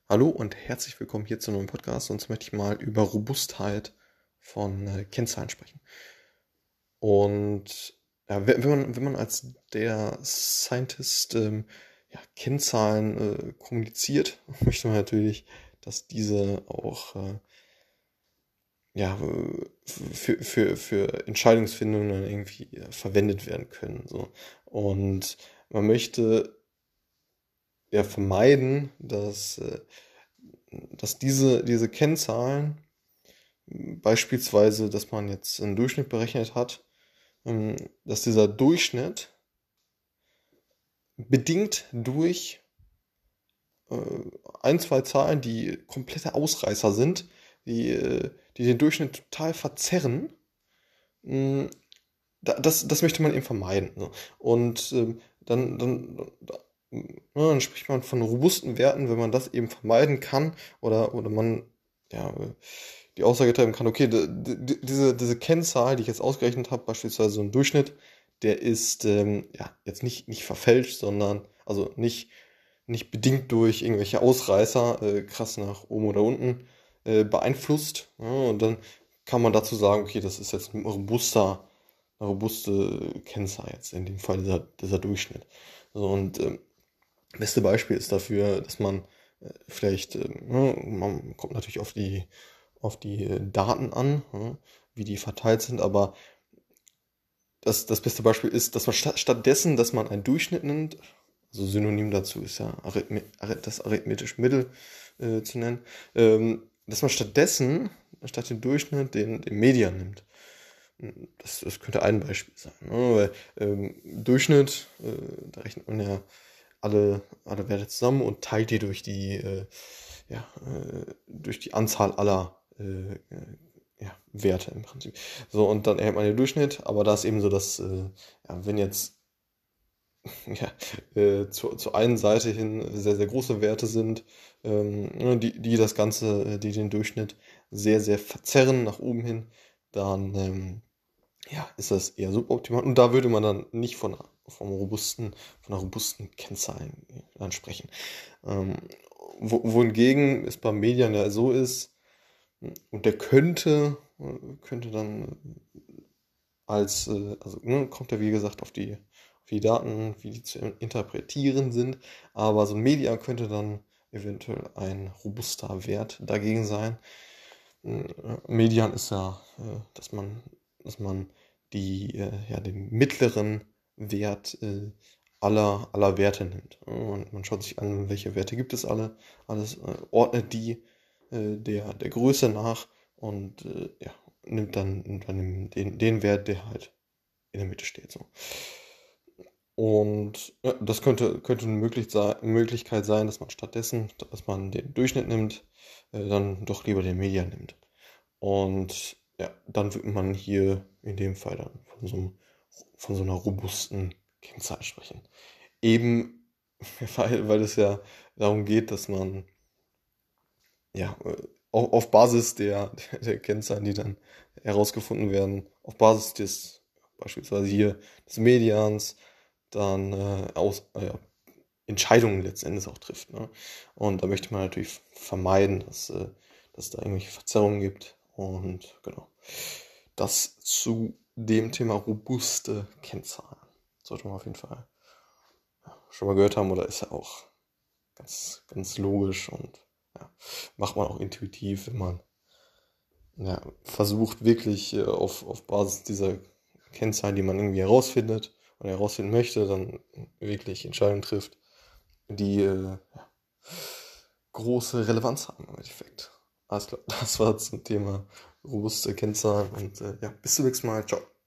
Hallo und herzlich willkommen hier zu einem neuen Podcast. Und jetzt möchte ich mal über Robustheit von Kennzahlen sprechen. Und ja, wenn man als der Scientist Kennzahlen kommuniziert, möchte man natürlich, dass diese auch für Entscheidungsfindungen irgendwie verwendet werden können. So. Und man möchte ja vermeiden, dass diese Kennzahlen, beispielsweise, dass man jetzt einen Durchschnitt berechnet hat, dass dieser Durchschnitt bedingt durch äh, ein, zwei Zahlen, die komplette Ausreißer sind, die den Durchschnitt total verzerren, mh, das möchte man eben vermeiden. So. Und dann spricht man von robusten Werten, wenn man das eben vermeiden kann oder man ja, die Aussage treffen kann, okay, diese Kennzahl, die ich jetzt ausgerechnet habe, beispielsweise so ein Durchschnitt, der ist jetzt nicht verfälscht, sondern also nicht bedingt durch irgendwelche Ausreißer krass nach oben oder unten beeinflusst. Ja, und dann kann man dazu sagen, okay, das ist jetzt eine robuste Kennzahl jetzt, in dem Fall dieser Durchschnitt. So, und beste Beispiel ist dafür, dass man man kommt natürlich auf die Daten an, wie die verteilt sind, aber das beste Beispiel ist, dass man stattdessen, dass man einen Durchschnitt nimmt, also Synonym dazu ist ja das arithmetische Mittel zu nennen, dass man stattdessen, statt den Durchschnitt, den Median nimmt. Das könnte ein Beispiel sein. Ne? Weil Durchschnitt, da rechnet man ja alle Werte zusammen und teilt die durch die Anzahl aller Werte im Prinzip. So, und dann erhält man den Durchschnitt, aber da ist eben so, dass, wenn jetzt zur einen Seite hin sehr, sehr große Werte sind, die das Ganze, die den Durchschnitt sehr, sehr verzerren nach oben hin, dann ist das eher suboptimal. Und da würde man dann nicht von einer robusten Kennzahl dann sprechen. Ähm, wohingegen es beim Median ja so ist, und der könnte dann kommt ja wie gesagt auf die Daten, wie die zu interpretieren sind, aber so ein Median könnte dann eventuell ein robuster Wert dagegen sein. Median ist ja, dass man den mittleren Wert aller Werte nimmt. Und man schaut sich an, welche Werte gibt es alles, ordnet die der Größe nach und nimmt dann den Wert, der halt in der Mitte steht. So. Und das könnte eine Möglichkeit sein, dass man stattdessen, dass man den Durchschnitt nimmt, dann doch lieber den Median nimmt. Und ja, dann wird man hier in dem Fall dann von so einer robusten Kennzahl sprechen. Eben, weil es ja darum geht, dass man auf Basis der Kennzahlen, die dann herausgefunden werden, auf Basis des beispielsweise hier des Medians, dann Entscheidungen letzten Endes auch trifft. Ne? Und da möchte man natürlich vermeiden, dass es da irgendwelche Verzerrungen gibt. Und genau. Das zu dem Thema robuste Kennzahlen. Sollte man auf jeden Fall schon mal gehört haben oder ist ja auch ganz, ganz logisch und macht man auch intuitiv, wenn man versucht wirklich auf Basis dieser Kennzahlen, die man irgendwie herausfindet oder herausfinden möchte, dann wirklich Entscheidungen trifft, die große Relevanz haben im Endeffekt. Alles klar, das war zum Thema robuste Kennzahlen und bis zum nächsten Mal. Ciao.